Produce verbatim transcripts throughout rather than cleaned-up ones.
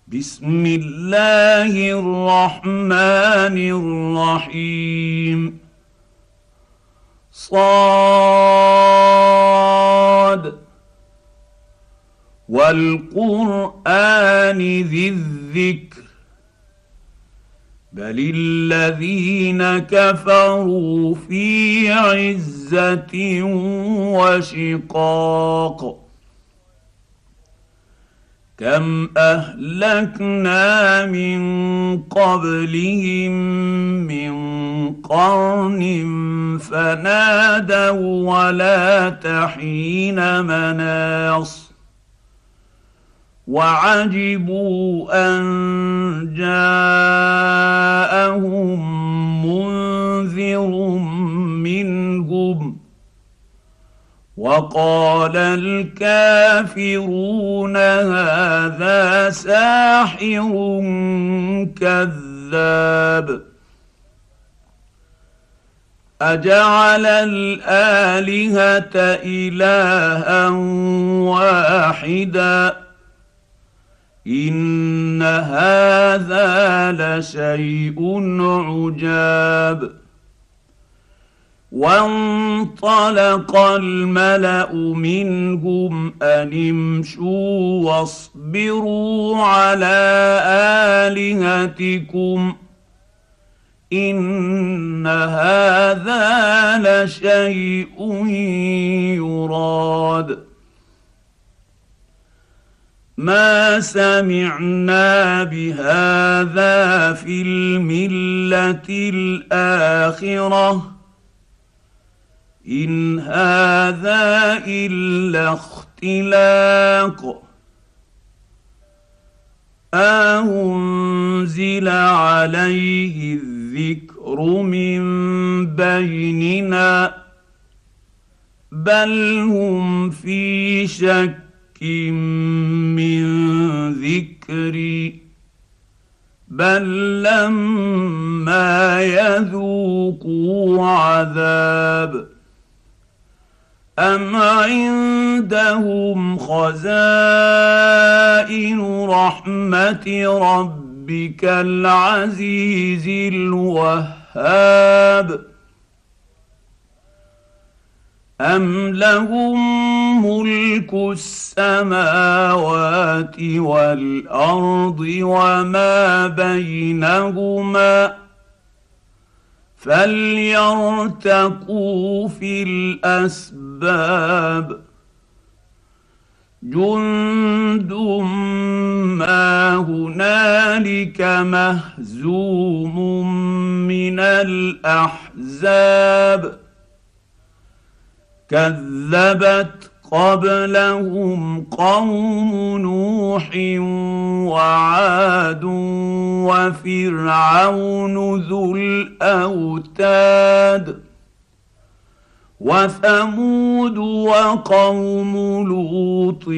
بسم الله الرحمن الرحيم. صاد والقرآن ذي الذكر بل الذين كفروا في عزة وشقاق. كم أهلكنا من قبلهم من قرن فنادوا ولا تحين مناص وعجبوا أن جاءهم منذر منهم وقال الكافرون هذا ساحر كذاب. أجعل الآلهة إلها واحدا إن هذا لشيء عجاب. وانطلق الملأ منهم أن امشوا واصبروا على آلهتكم إن هذا لشيء يراد. ما سمعنا بهذا في الملة الآخرة إن هذا إلا اختلاق أنزل عليه الذكر من بيننا بل هم في شك من ذكري بل لما يذوقوا عذاب أم عندهم خزائن رحمة ربك العزيز الوهاب أم لهم ملك السماوات والأرض وما بينهما فليرتقوا في الأسباب. جند ما هنالك مهزوم من الأحزاب كذبت قبلهم قوم نوح وعاد وفرعون ذو الأوتاد وثمود وقوم لوط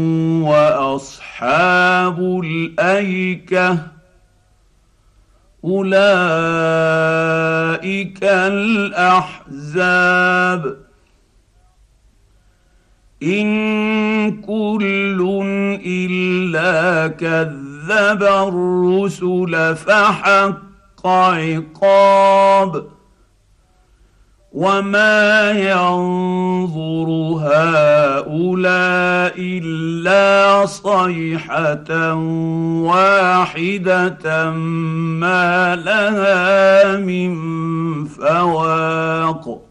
وأصحاب الأيكة أولئك الأحزاب. إن كل إلا كذب الرسل فحق عقاب وما ينظر هؤلاء إلا صيحة واحدة ما لها من فواق.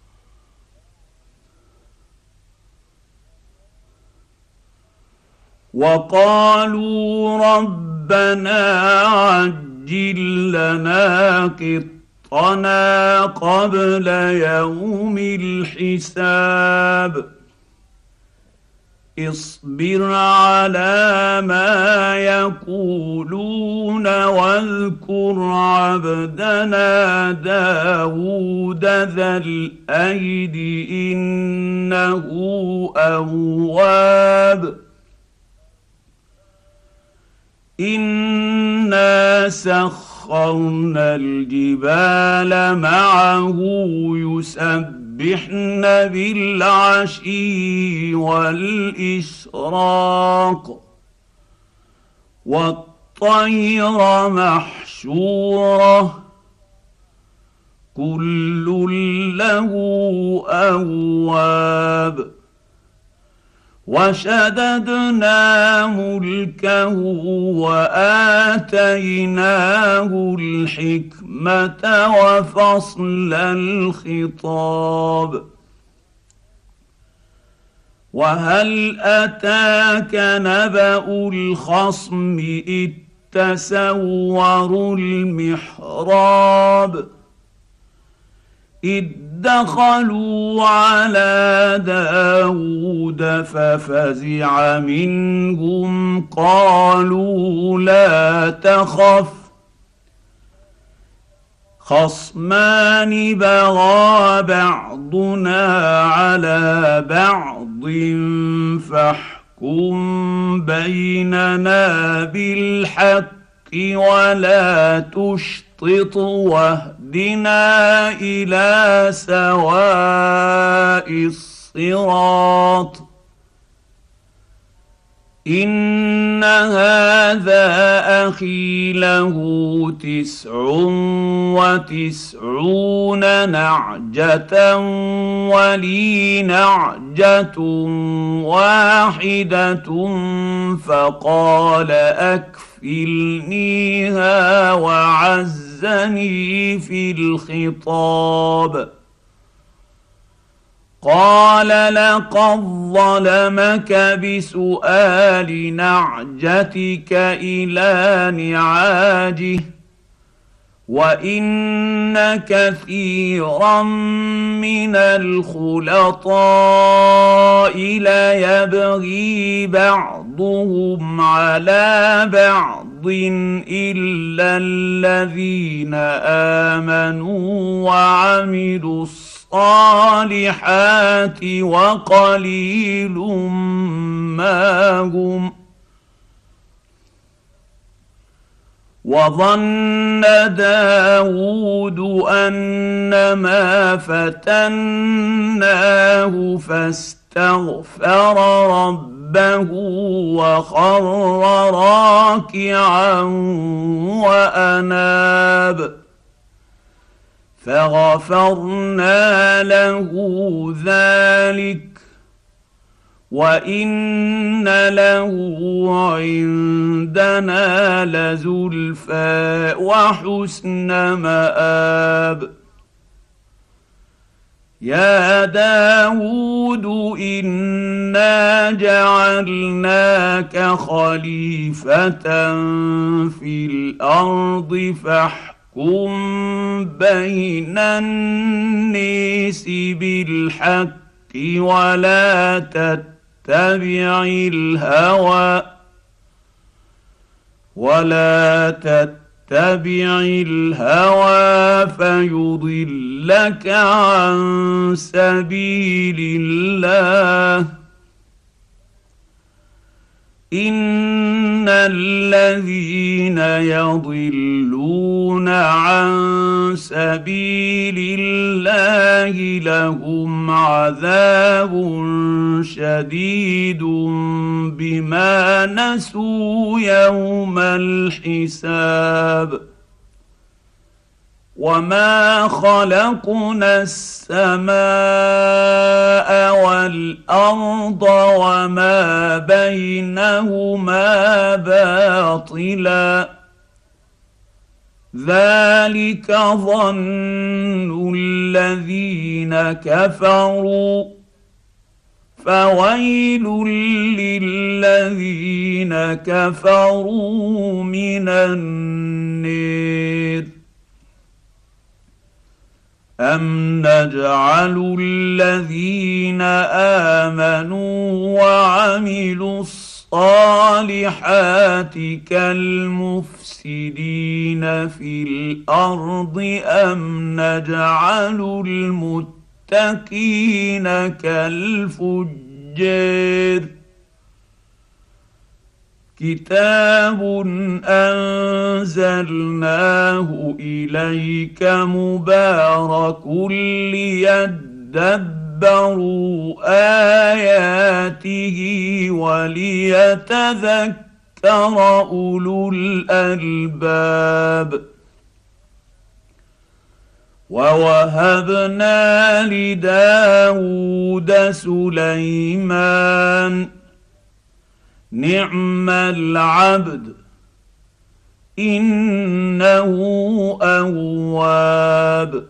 وقالوا ربنا عجل لنا قطنا قبل يوم الحساب اصبر على ما يقولون واذكر عبدنا داود ذا الأيد إنه أواب. إنا سخرنا الجبال معه يسبحن بالعشي والإشراق والطير محشوره كل له اواب وشددنا ملكه واتيناه الحكمه وفصل الخطاب وهل اتاك نبأ الخصم اذ تسوروا المحراب إذ دخلوا على داود ففزع منهم قالوا لا تخف خصمان بغى بعضنا على بعض فاحكم بيننا بالحق ولا تشطط واهدنا إلى سواء الصراط إن هذا أخي له تسع وتسعون نعجة ولي نعجة واحدة فقال أكفلنيها وعزني في الخطاب قال لقد ظلمك بسؤال نعجتك إلى نعاجه وإن كثيرا من الخلطاء ليبغي بعضهم على بعض إلا الذين آمنوا وعملوا الصالحات وقليل ما هم وظن داود أنما فتناه فاستغفر ربه وخر راكعا وأناب فغفرنا له ذلك وإن له عندنا لزلفى وحسن مآب يا داود إنا جعلناك خليفة في الأرض فاحكم بين الناس بالحق ولا تتبع تتبع الهوى ولا تتبع الهوى فيضلك عن سبيل الله إن الذين يضلون عن سبيل الله لهم عذاب شديد بما نسوا يوم الحساب وما خلقنا السماء والأرض وما بينهما باطلا ذلك ظن الذين كفروا فويل للذين كفروا من النار أم نجعل الذين آمنوا وعملوا الصالحات كالمفسدين في الأرض أم نجعل المتقين كالفجار كتاب أنزلناه إليك مبارك ليدبروا آياته وليتذكر اولو الالباب. ووهبنا لداود سليمان نعم العبد انه اواب.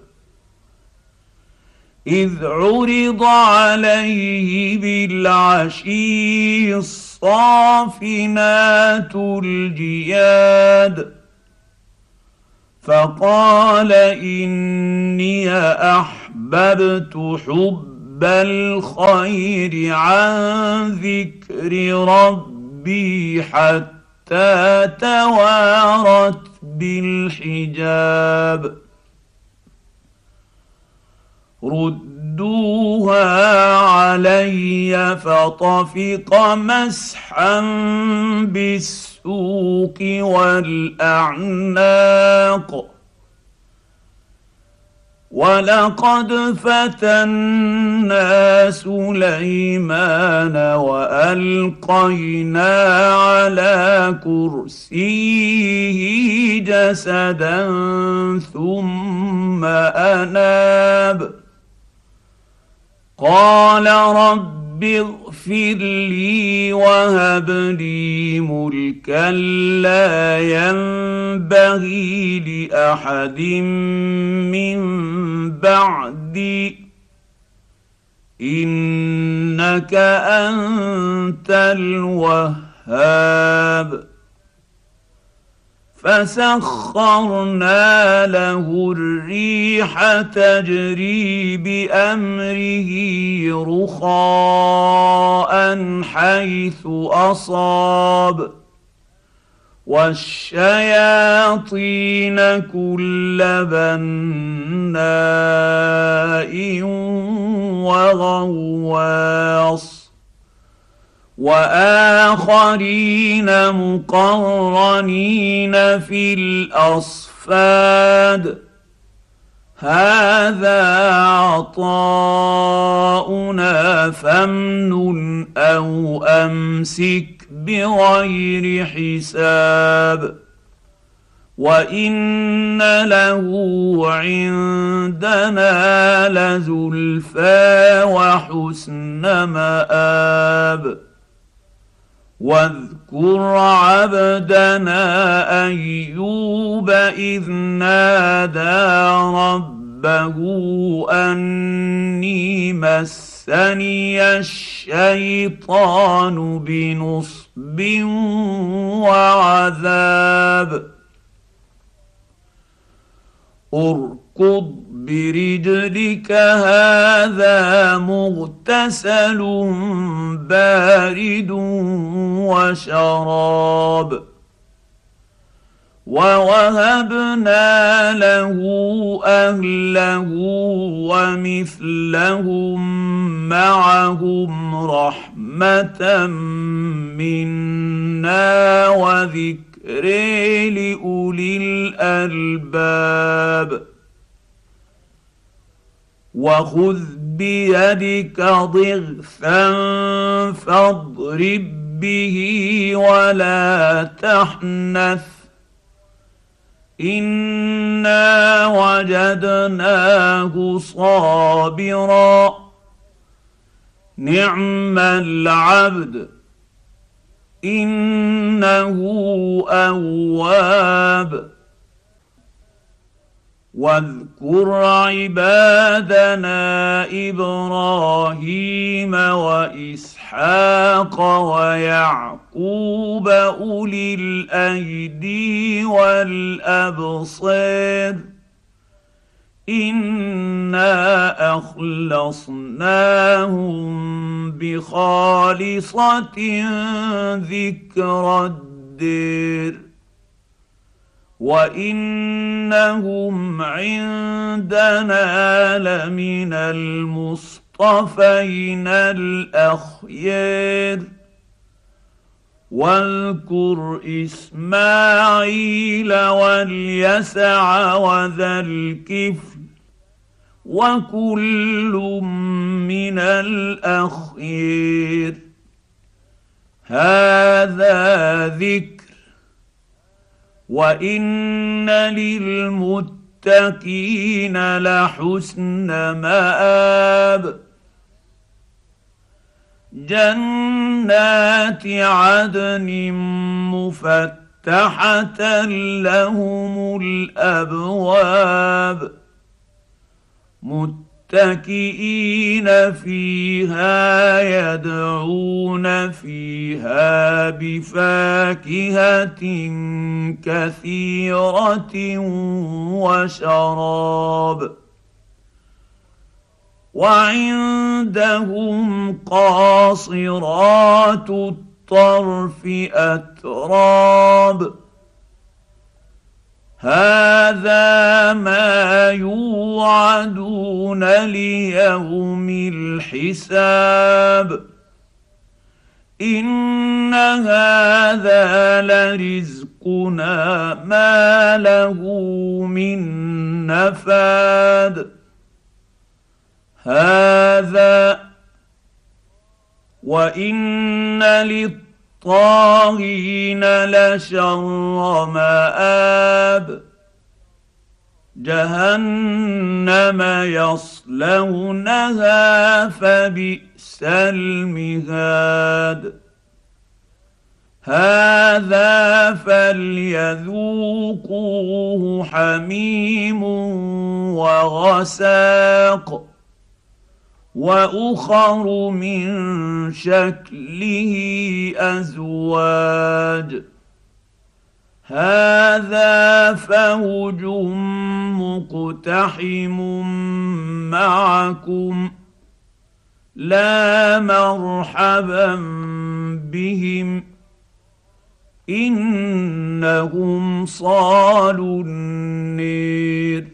اذ عرض عليه بالعشي الصافنات الجياد فقال اني احببت حب الخير عن ذكر ربي حتى توارت بالحجاب. ردوها علي فطفق مسحا بالسوق والاعناق. ولقد فتنا سليمان والقينا على كرسيه جسدا ثم اناب. قال رب اغفر لي وهب لي ملكا لا ينبغي لاحد من بعدي انك انت الوهاب. فسخرنا له الريح تجري بامره رخاء حيث اصاب والشياطين كل بناء وغواص واخرين مقرنين في الاصفاد. هذا عطاؤنا فامنن او امسك بغير حساب. وان له عندنا لزلفى وحسن مآب. واذكر عبدنا ايوب اذ نادى ربه اني مسني الشيطان بنصب وعذاب. اركض برجلك هذا مغتسل بارد وشراب. ووهبنا له اهله ومثلهم معهم رحمه منا وذكر لاولي الالباب. وخذ بيدك ضغثا فاضرب به ولا تحنث انا وجدناه صابرا نعم العبد انه اواب. واذكر عبادنا ابراهيم واسحاق ويعقوب اولي الايدي والابصار انا اخلصناهم بخالصه ذكر الدير وانهم عندنا لمن المصطفين الاخيار. واذكر اسماعيل واليسع وذا الكفل وكل من الاخيار. هذا ذكر وان للمتقين لحسن مآب. جنات عدن مفتحة لهم الابواب متكئين فيها يدعون فيها بفاكهة كثيرة وشراب. وعندهم قاصرات الطرف أتراب. هذا ما يوعدون ليوم الحساب. إن هذا لرزقنا ما له من نفاد. هذا وإن للطاغين لشر مآب. جهنم يصلونها فبئس المهاد. هذا فليذوقوه حميم وغساق واخر من شكله ازواج. هذا فوج مقتحم معكم لا مرحبا بهم انهم صالوا النير.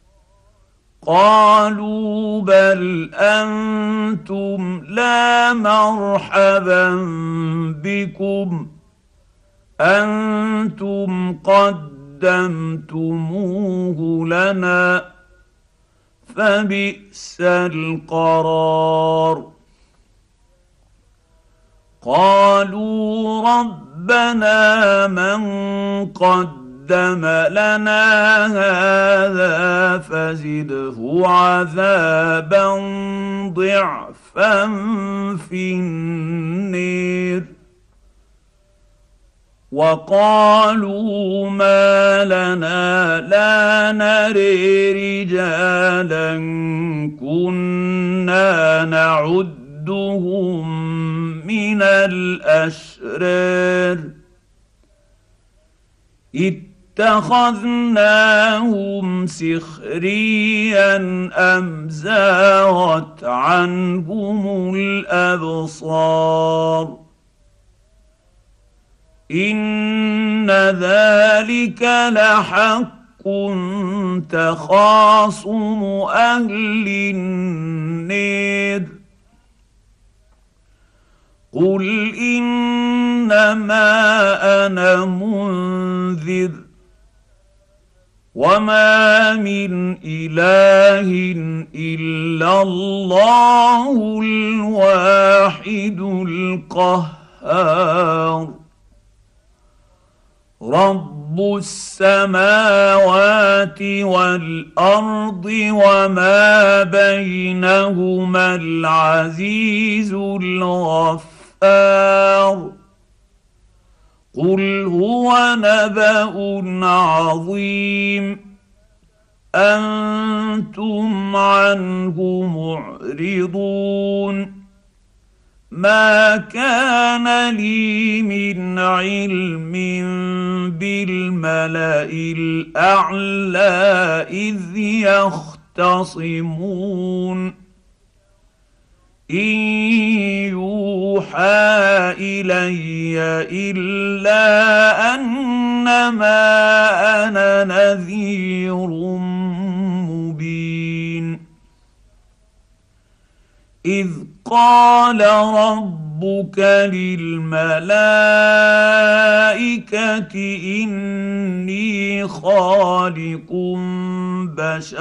قالوا بل انتم لا مرحبا بكم انتم قدمتموه لنا فبئس القرار. قالوا ربنا من قدم لنا هذا فزده عذابا ضعفا في النير. وقالوا ما لنا لا نري رجالا كنا نعدهم من الأشرار اتخذناهم سخريا أم زاغت عنهم الأبصار. إن ذلك لحق تخاصم أهل النير. قل إنما أنا منذر وما من إله إلا الله الواحد القهار. رب السماوات والأرض وما بينهما العزيز الغفار. قل هو نبأ عظيم أنتم عنه معرضون. ما كان لي من علم بالملأ الأعلى إذ يختصمون. إن يوحى إلي إلا أنما أنا نذير مبين. إذ قال ربك للملائكة إني خالق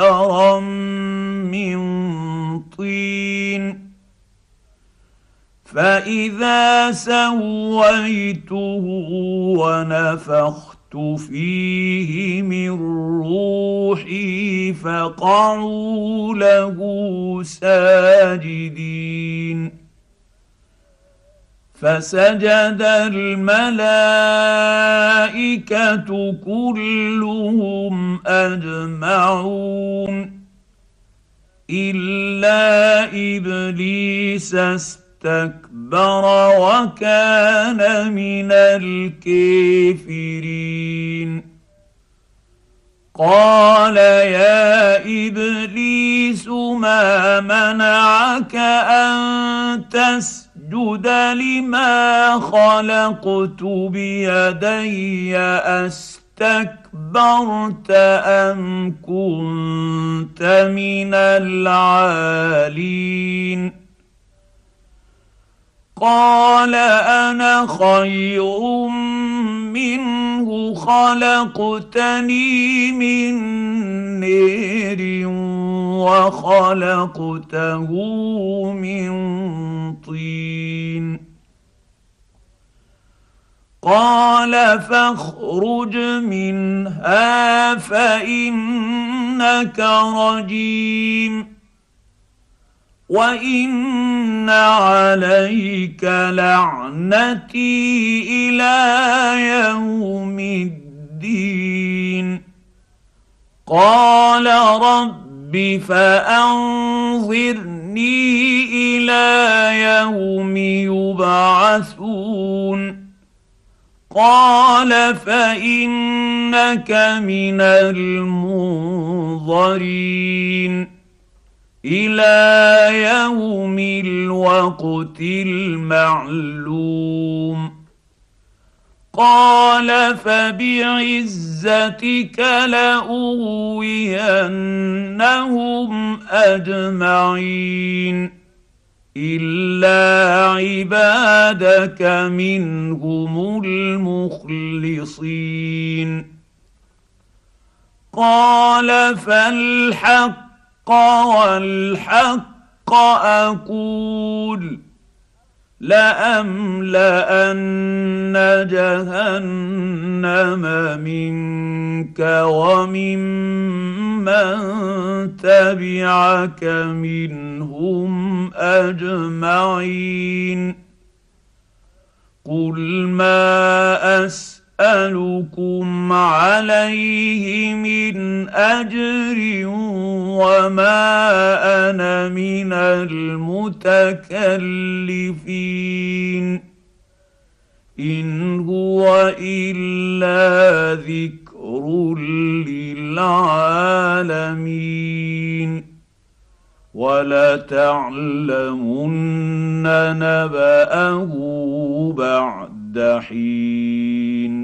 بشرا من طين فاذا سويته ونفخت فيه من روحي فقعوا له ساجدين فسجد الملائكه كلهم اجمعون الا ابليس استكبر وكان من الكافرين قال يا ابليس ما منعك ان تسجد لما خلقت بيدي استكبرت ام كنت من العالين قال انا خير منه خلقتني من نار وخلقته من طين قال فاخرج منها فانك رجيم وان عليك لعنتي الى يوم الدين قال رب فانظرني الى يوم يبعثون قال فانك من المنظرين الى يوم الوقت المعلوم قال فبعزتك لاغوينهم اجمعين الا عبادك منهم المخلصين قال فالحق والحق أقول لأملأن جهنم منك وممن تبعك منهم أجمعين قل ما أسأل أسألكم عليه من أجر وما أنا من المتكلفين إن هو إلا ذكر للعالمين ولتعلمن نبأه بعد حين